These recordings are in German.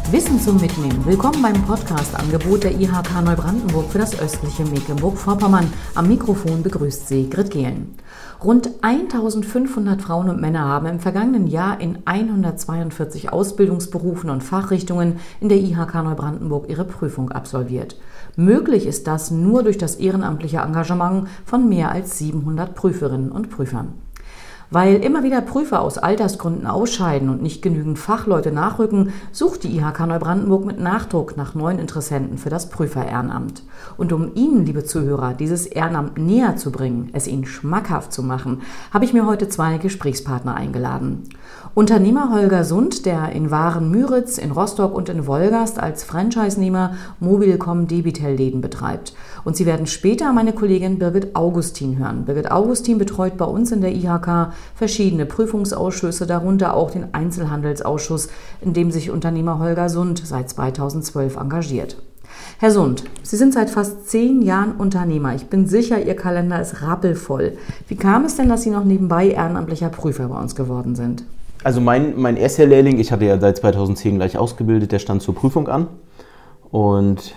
Wissen zum Mitnehmen. Willkommen beim Podcast-Angebot der IHK Neubrandenburg für das östliche Mecklenburg-Vorpommern. Am Mikrofon begrüßt Sie Grit Gehlen. Rund 1500 Frauen und Männer haben im vergangenen Jahr in 142 Ausbildungsberufen und Fachrichtungen in der IHK Neubrandenburg ihre Prüfung absolviert. Möglich ist das nur durch das ehrenamtliche Engagement von mehr als 700 Prüferinnen und Prüfern. Weil immer wieder Prüfer aus Altersgründen ausscheiden und nicht genügend Fachleute nachrücken, sucht die IHK Neubrandenburg mit Nachdruck nach neuen Interessenten für das Prüferehrenamt. Und um Ihnen, liebe Zuhörer, dieses Ehrenamt näher zu bringen, es Ihnen schmackhaft zu machen, habe ich mir heute zwei Gesprächspartner eingeladen. Unternehmer Holger Sund, der in Waren-Müritz, in Rostock und in Wolgast als Franchise-Nehmer Mobilcom-Debitel-Läden betreibt. Und Sie werden später meine Kollegin Birgit Augustin hören. Birgit Augustin betreut bei uns in der IHK verschiedene Prüfungsausschüsse, darunter auch den Einzelhandelsausschuss, in dem sich Unternehmer Holger Sund seit 2012 engagiert. Herr Sund, Sie sind seit fast 10 Jahren Unternehmer. Ich bin sicher, Ihr Kalender ist rappelvoll. Wie kam es denn, dass Sie noch nebenbei ehrenamtlicher Prüfer bei uns geworden sind? Also mein erster Lehrling, ich hatte ja seit 2010 gleich ausgebildet, der stand zur Prüfung an. Und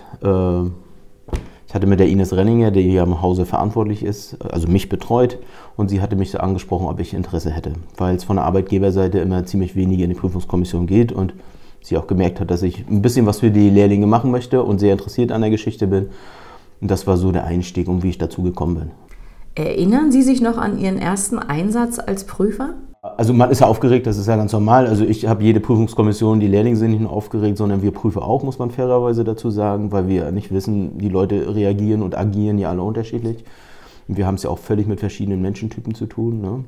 ich hatte mit der Ines Renninger, die hier am Hause verantwortlich ist, also mich betreut. Und sie hatte mich so angesprochen, ob ich Interesse hätte. Weil es von der Arbeitgeberseite immer ziemlich wenig in die Prüfungskommission geht. Und sie auch gemerkt hat, dass ich ein bisschen was für die Lehrlinge machen möchte und sehr interessiert an der Geschichte bin. Und das war so der Einstieg, um wie ich dazu gekommen bin. Erinnern Sie sich noch an Ihren ersten Einsatz als Prüfer? Also man ist ja aufgeregt, das ist ja ganz normal. Also ich habe jede Prüfungskommission, die Lehrlinge sind nicht nur aufgeregt, sondern wir Prüfer auch, muss man fairerweise dazu sagen, weil wir nicht wissen, die Leute reagieren und agieren ja alle unterschiedlich. Und wir haben es ja auch völlig mit verschiedenen Menschentypen zu tun, ne?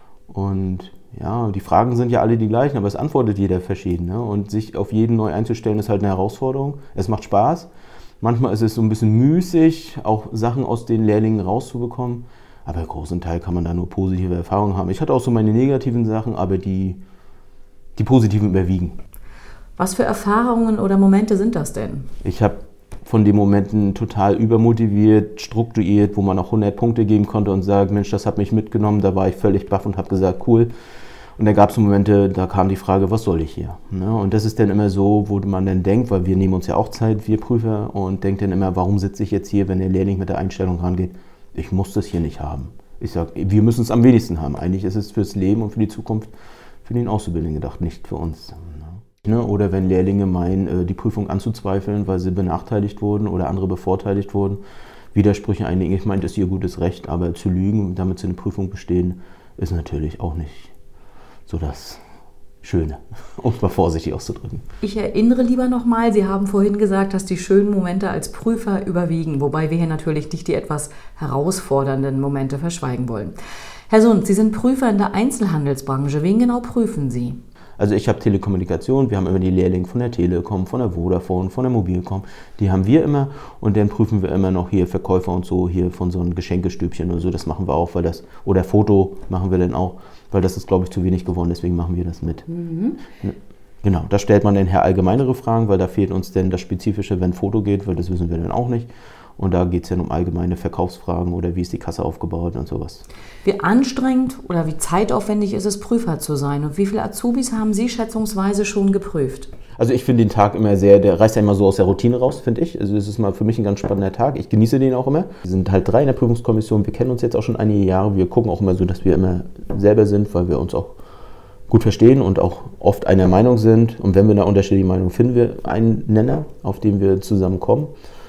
Und ja, die Fragen sind ja alle die gleichen, aber es antwortet jeder verschieden, ne? Und sich auf jeden neu einzustellen, ist halt eine Herausforderung. Es macht Spaß. Manchmal ist es so ein bisschen müßig, auch Sachen aus den Lehrlingen rauszubekommen. Aber im großen Teil kann man da nur positive Erfahrungen haben. Ich hatte auch so meine negativen Sachen, aber die positiven überwiegen. Was für Erfahrungen oder Momente sind das denn? Ich habe von den Momenten total übermotiviert, strukturiert, wo man auch 100 Punkte geben konnte und sagt, Mensch, das hat mich mitgenommen. Da war ich völlig baff und habe gesagt, cool. Und da gab es Momente, da kam die Frage, was soll ich hier? Und das ist dann immer so, wo man dann denkt, weil wir nehmen uns ja auch Zeit, wir Prüfer, und denkt dann immer, warum sitze ich jetzt hier, wenn der Lehrling mit der Einstellung rangeht? Ich muss das hier nicht haben. Ich sage, wir müssen es am wenigsten haben. Eigentlich ist es fürs Leben und für die Zukunft für den Auszubildenden gedacht, nicht für uns. Oder wenn Lehrlinge meinen, die Prüfung anzuzweifeln, weil sie benachteiligt wurden oder andere bevorteiligt wurden, Widersprüche einlegen. Ich meine, das ist ihr gutes Recht, aber zu lügen, damit sie eine Prüfung bestehen, ist natürlich auch nicht so das Schöne, um es mal vorsichtig auszudrücken. Ich erinnere lieber nochmal, Sie haben vorhin gesagt, dass die schönen Momente als Prüfer überwiegen, wobei wir hier natürlich nicht die etwas herausfordernden Momente verschweigen wollen. Herr Sund, Sie sind Prüfer in der Einzelhandelsbranche. Wen genau prüfen Sie? Also ich habe Telekommunikation, wir haben immer die Lehrlinge von der Telekom, von der Vodafone, von der Mobilcom, die haben wir immer, und dann prüfen wir immer noch hier Verkäufer und so, hier von so einem Geschenkestübchen oder so, das machen wir auch, weil das, oder Foto machen wir dann auch, weil das ist, glaube ich, zu wenig geworden, deswegen machen wir das mit. Genau, da stellt man dann eher allgemeinere Fragen, weil da fehlt uns dann das Spezifische, wenn Foto geht, weil das wissen wir dann auch nicht. Und da geht es dann um allgemeine Verkaufsfragen oder wie ist die Kasse aufgebaut und sowas. Wie anstrengend oder wie zeitaufwendig ist es, Prüfer zu sein? Und wie viele Azubis haben Sie schätzungsweise schon geprüft? Also ich finde den Tag immer sehr, der reißt ja immer so aus der Routine raus, finde ich. Also es ist mal für mich ein ganz spannender Tag. Ich genieße den auch immer. Wir sind halt 3 in der Prüfungskommission. Wir kennen uns jetzt auch schon einige Jahre. Wir gucken auch immer so, dass wir immer selber sind, weil wir uns auch gut verstehen und auch oft einer Meinung sind. Und wenn wir eine unterschiedliche Meinung finden, wir einen Nenner, auf den wir zusammenkommen.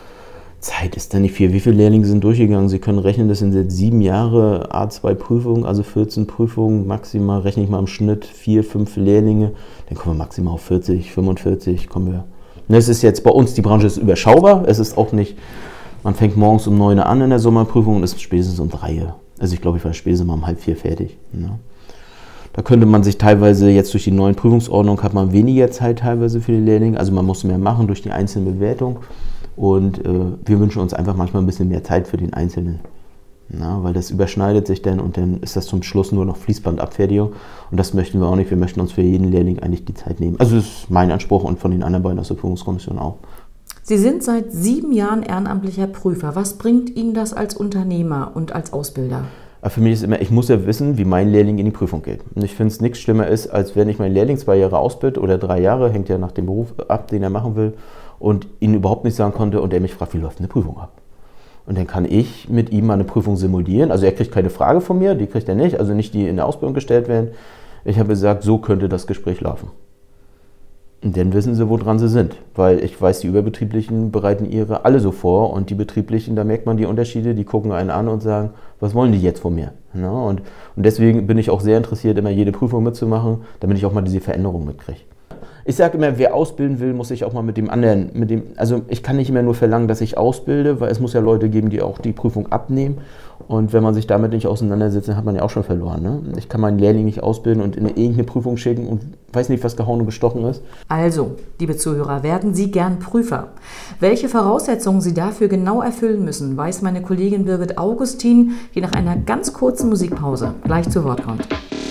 Zeit ist da nicht viel. Wie viele Lehrlinge sind durchgegangen? Sie können rechnen, das sind jetzt 7 Jahre A2-Prüfungen, also 14 Prüfungen. Maximal rechne ich mal im Schnitt 4, 5 Lehrlinge. Dann kommen wir maximal auf 40, 45. Kommen wir. Und das ist jetzt bei uns, die Branche ist überschaubar. Es ist auch nicht, man fängt morgens um 9 Uhr an in der Sommerprüfung und ist spätestens um 3 Uhr. Also ich glaube, ich war spätestens mal um 3:30 fertig. Ja. Da könnte man sich teilweise, jetzt durch die neuen Prüfungsordnung hat man weniger Zeit teilweise für die Lehrlinge. Also man muss mehr machen durch die einzelne Bewertung. Und wir wünschen uns einfach manchmal ein bisschen mehr Zeit für den Einzelnen. Na, weil das überschneidet sich dann und dann ist das zum Schluss nur noch Fließbandabfertigung. Und das möchten wir auch nicht. Wir möchten uns für jeden Lehrling eigentlich die Zeit nehmen. Also das ist mein Anspruch und von den anderen beiden aus der Prüfungskommission auch. Sie sind seit 7 Jahren ehrenamtlicher Prüfer. Was bringt Ihnen das als Unternehmer und als Ausbilder? Aber für mich ist immer, ich muss ja wissen, wie mein Lehrling in die Prüfung geht. Und ich finde es nichts schlimmer ist, als wenn ich meinen Lehrling 2 Jahre ausbilde oder 3 Jahre, hängt ja nach dem Beruf ab, den er machen will, und ihn überhaupt nicht sagen konnte und er mich fragt, wie läuft eine Prüfung ab? Und dann kann ich mit ihm mal eine Prüfung simulieren. Also er kriegt keine Frage von mir, die kriegt er nicht, also nicht die in der Ausbildung gestellt werden. Ich habe gesagt, so könnte das Gespräch laufen. Und dann wissen sie, woran sie sind. Weil ich weiß, die Überbetrieblichen bereiten ihre alle so vor und die Betrieblichen, da merkt man die Unterschiede, die gucken einen an und sagen, was wollen die jetzt von mir? Ja, und deswegen bin ich auch sehr interessiert, immer jede Prüfung mitzumachen, damit ich auch mal diese Veränderung mitkriege. Ich sage immer, wer ausbilden will, muss sich auch mal mit dem anderen, also ich kann nicht immer nur verlangen, dass ich ausbilde, weil es muss ja Leute geben, die auch die Prüfung abnehmen. Und wenn man sich damit nicht auseinandersetzt, dann hat man ja auch schon verloren. Ne? Ich kann meinen Lehrling nicht ausbilden und in irgendeine Prüfung schicken und weiß nicht, was gehauen und gestochen ist. Also, liebe Zuhörer, werden Sie gern Prüfer? Welche Voraussetzungen Sie dafür genau erfüllen müssen, weiß meine Kollegin Birgit Augustin, die nach einer ganz kurzen Musikpause gleich zu Wort kommt.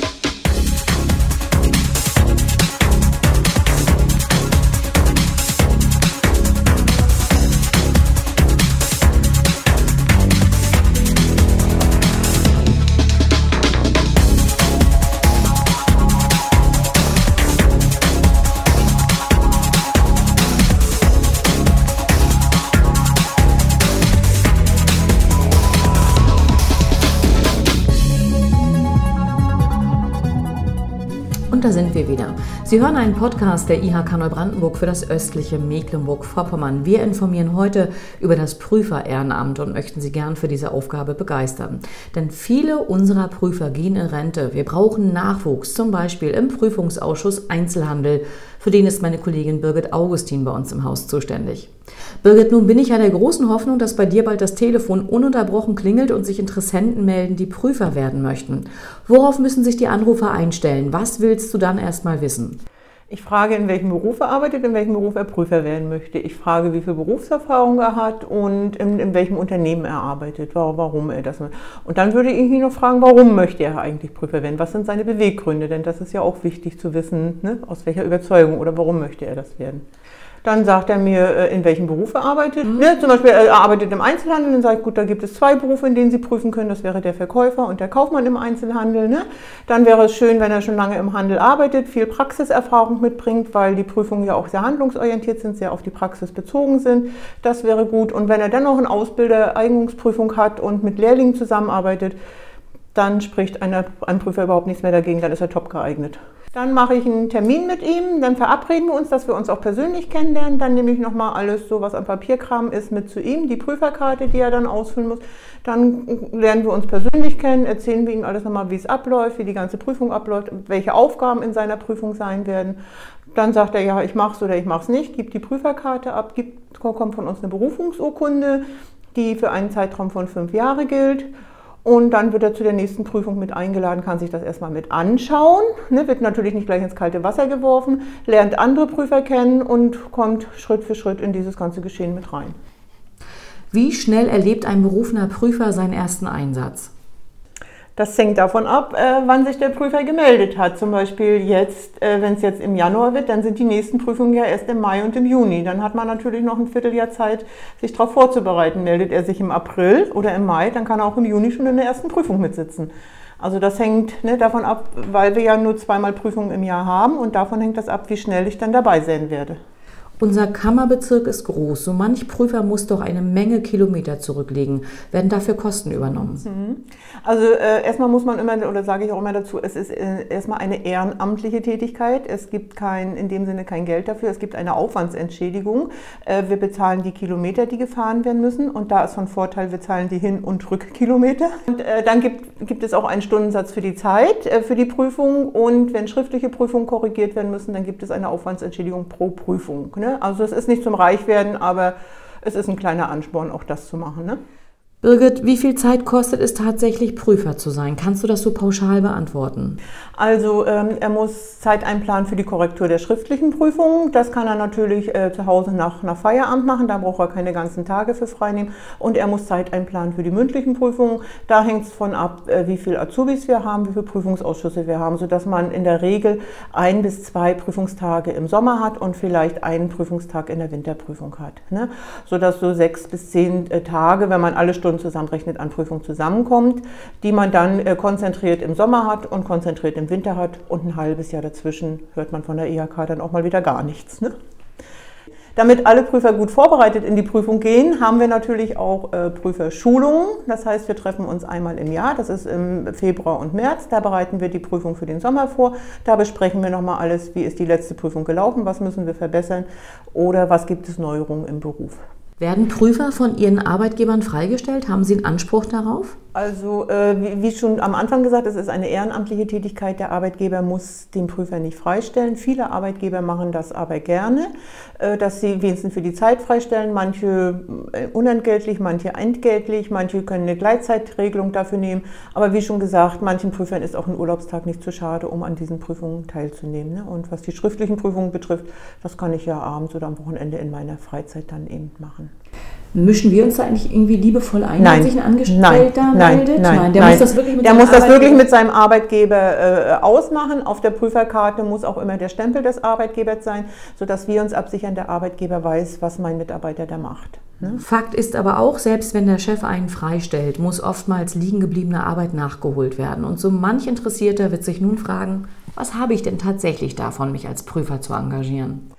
Und da sind wir wieder. Sie hören einen Podcast der IHK Neubrandenburg für das östliche Mecklenburg-Vorpommern. Wir informieren heute über das Prüfer-Ehrenamt und möchten Sie gern für diese Aufgabe begeistern. Denn viele unserer Prüfer gehen in Rente. Wir brauchen Nachwuchs, zum Beispiel im Prüfungsausschuss Einzelhandel. Für den ist meine Kollegin Birgit Augustin bei uns im Haus zuständig. Birgit, nun bin ich ja der großen Hoffnung, dass bei dir bald das Telefon ununterbrochen klingelt und sich Interessenten melden, die Prüfer werden möchten. Worauf müssen sich die Anrufer einstellen? Was willst du dann erstmal wissen? Ich frage, in welchem Beruf er arbeitet, in welchem Beruf er Prüfer werden möchte. Ich frage, wie viel Berufserfahrung er hat und in welchem Unternehmen er arbeitet, warum er das macht. Und dann würde ich ihn noch fragen, warum möchte er eigentlich Prüfer werden? Was sind seine Beweggründe? Denn das ist ja auch wichtig zu wissen, ne? Aus welcher Überzeugung oder warum möchte er das werden. Dann sagt er mir, in welchem Beruf er arbeitet. Ne? Zum Beispiel, er arbeitet im Einzelhandel. Dann sage ich, gut, da gibt es 2 Berufe, in denen Sie prüfen können. Das wäre der Verkäufer und der Kaufmann im Einzelhandel. Ne? Dann wäre es schön, wenn er schon lange im Handel arbeitet, viel Praxiserfahrung mitbringt, weil die Prüfungen ja auch sehr handlungsorientiert sind, sehr auf die Praxis bezogen sind. Das wäre gut. Und wenn er dann noch eine Ausbilder-Eignungsprüfung hat und mit Lehrlingen zusammenarbeitet, dann spricht ein Prüfer überhaupt nichts mehr dagegen, dann ist er top geeignet. Dann mache ich einen Termin mit ihm, dann verabreden wir uns, dass wir uns auch persönlich kennenlernen. Dann nehme ich nochmal alles, so was an Papierkram ist, mit zu ihm, die Prüferkarte, die er dann ausfüllen muss. Dann lernen wir uns persönlich kennen, erzählen wir ihm alles nochmal, wie es abläuft, wie die ganze Prüfung abläuft, welche Aufgaben in seiner Prüfung sein werden. Dann sagt er, ja, ich mache es oder ich mache es nicht, gibt die Prüferkarte ab, kommt von uns eine Berufungsurkunde, die für einen Zeitraum von 5 Jahren gilt. Und dann wird er zu der nächsten Prüfung mit eingeladen, kann sich das erstmal mit anschauen, ne, wird natürlich nicht gleich ins kalte Wasser geworfen, lernt andere Prüfer kennen und kommt Schritt für Schritt in dieses ganze Geschehen mit rein. Wie schnell erlebt ein berufener Prüfer seinen ersten Einsatz? Das hängt davon ab, wann sich der Prüfer gemeldet hat. Zum Beispiel jetzt, wenn es jetzt im Januar wird, dann sind die nächsten Prüfungen ja erst im Mai und im Juni. Dann hat man natürlich noch ein Vierteljahr Zeit, sich darauf vorzubereiten. Meldet er sich im April oder im Mai, dann kann er auch im Juni schon in der ersten Prüfung mitsitzen. Also das hängt davon ab, weil wir ja nur 2-mal Prüfungen im Jahr haben und davon hängt das ab, wie schnell ich dann dabei sein werde. Unser Kammerbezirk ist groß. So manch Prüfer muss doch eine Menge Kilometer zurücklegen. Werden dafür Kosten übernommen? Also erstmal muss man immer, oder sage ich auch immer dazu, es ist erstmal eine ehrenamtliche Tätigkeit. Es gibt in dem Sinne kein Geld dafür. Es gibt eine Aufwandsentschädigung. Wir bezahlen die Kilometer, die gefahren werden müssen. Und da ist von Vorteil, wir zahlen die Hin- und Rückkilometer. Und dann gibt es auch einen Stundensatz für die Zeit, für die Prüfung. Und wenn schriftliche Prüfungen korrigiert werden müssen, dann gibt es eine Aufwandsentschädigung pro Prüfung. Ne? Also es ist nicht zum Reichwerden, aber es ist ein kleiner Ansporn, auch das zu machen. Ne? Birgit, wie viel Zeit kostet es tatsächlich, Prüfer zu sein? Kannst du das so pauschal beantworten? Also er muss Zeit einplanen für die Korrektur der schriftlichen Prüfungen. Das kann er natürlich zu Hause nach Feierabend machen, da braucht er keine ganzen Tage für freinehmen. Und er muss Zeit einplanen für die mündlichen Prüfungen. Da hängt es von ab, wie viele Azubis wir haben, wie viele Prüfungsausschüsse wir haben, sodass man in der Regel 1 bis 2 Prüfungstage im Sommer hat und vielleicht einen Prüfungstag in der Winterprüfung hat. Ne? Sodass so 6 bis 10 Tage, wenn man alle Stunden Stunden zusammenrechnet an Prüfung zusammenkommt, die man dann konzentriert im Sommer hat und konzentriert im Winter hat. Und ein halbes Jahr dazwischen hört man von der IHK dann auch mal wieder gar nichts. Ne? Damit alle Prüfer gut vorbereitet in die Prüfung gehen, haben wir natürlich auch Prüferschulungen. Das heißt, wir treffen uns einmal im Jahr, das ist im Februar und März. Da bereiten wir die Prüfung für den Sommer vor. Da besprechen wir nochmal alles, wie ist die letzte Prüfung gelaufen, was müssen wir verbessern oder was gibt es Neuerungen im Beruf. Werden Prüfer von Ihren Arbeitgebern freigestellt? Haben Sie einen Anspruch darauf? Also wie schon am Anfang gesagt, es ist eine ehrenamtliche Tätigkeit. Der Arbeitgeber muss den Prüfer nicht freistellen. Viele Arbeitgeber machen das aber gerne, dass sie wenigstens für die Zeit freistellen. Manche unentgeltlich, manche entgeltlich, manche können eine Gleitzeitregelung dafür nehmen. Aber wie schon gesagt, manchen Prüfern ist auch ein Urlaubstag nicht zu schade, um an diesen Prüfungen teilzunehmen. Ne? Und was die schriftlichen Prüfungen betrifft, das kann ich ja abends oder am Wochenende in meiner Freizeit dann eben machen. Mischen wir uns da eigentlich irgendwie liebevoll ein, wenn sich ein Angestellter meldet? Nein, der muss das wirklich mit seinem Arbeitgeber ausmachen. Auf der Prüferkarte muss auch immer der Stempel des Arbeitgebers sein, sodass wir uns absichern, der Arbeitgeber weiß, was mein Mitarbeiter da macht. Ne? Fakt ist aber auch, selbst wenn der Chef einen freistellt, muss oftmals liegen gebliebene Arbeit nachgeholt werden. Und so manch Interessierter wird sich nun fragen, was habe ich denn tatsächlich davon, mich als Prüfer zu engagieren?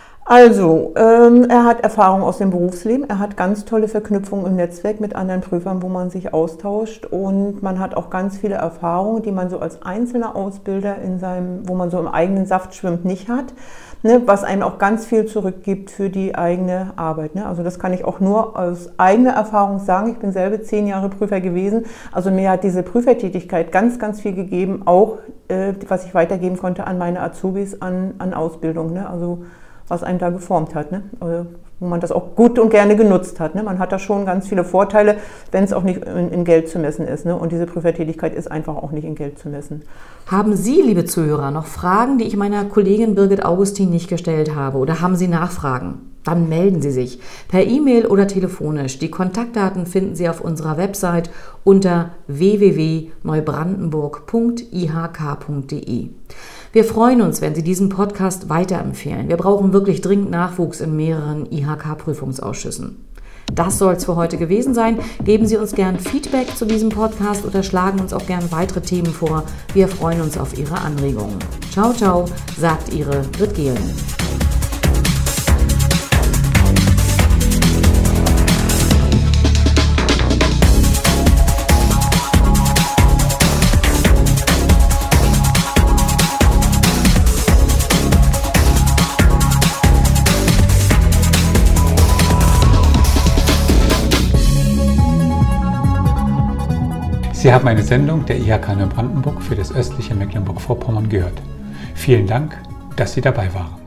Also, er hat Erfahrung aus dem Berufsleben, er hat ganz tolle Verknüpfungen im Netzwerk mit anderen Prüfern, wo man sich austauscht und man hat auch ganz viele Erfahrungen, die man so als einzelner Ausbilder wo man so im eigenen Saft schwimmt, nicht hat, ne, was einem auch ganz viel zurückgibt für die eigene Arbeit. Ne? Also das kann ich auch nur aus eigener Erfahrung sagen. Ich bin selber 10 Jahre Prüfer gewesen, also mir hat diese Prüfertätigkeit ganz, ganz viel gegeben, auch was ich weitergeben konnte an meine Azubis, an Ausbildung, ne? Also was einem da geformt hat, ne? Wo man das auch gut und gerne genutzt hat. Ne? Man hat da schon ganz viele Vorteile, wenn es auch nicht in Geld zu messen ist. Ne? Und diese Prüfertätigkeit ist einfach auch nicht in Geld zu messen. Haben Sie, liebe Zuhörer, noch Fragen, die ich meiner Kollegin Birgit Augustin nicht gestellt habe? Oder haben Sie Nachfragen? Dann melden Sie sich per E-Mail oder telefonisch. Die Kontaktdaten finden Sie auf unserer Website unter www.neubrandenburg.ihk.de. Wir freuen uns, wenn Sie diesen Podcast weiterempfehlen. Wir brauchen wirklich dringend Nachwuchs in mehreren IHK-Prüfungsausschüssen. Das soll es für heute gewesen sein. Geben Sie uns gern Feedback zu diesem Podcast oder schlagen uns auch gern weitere Themen vor. Wir freuen uns auf Ihre Anregungen. Ciao, ciao, sagt Ihre Grit Gehlen. Sie haben eine Sendung der IHK Neubrandenburg für das östliche Mecklenburg-Vorpommern gehört. Vielen Dank, dass Sie dabei waren.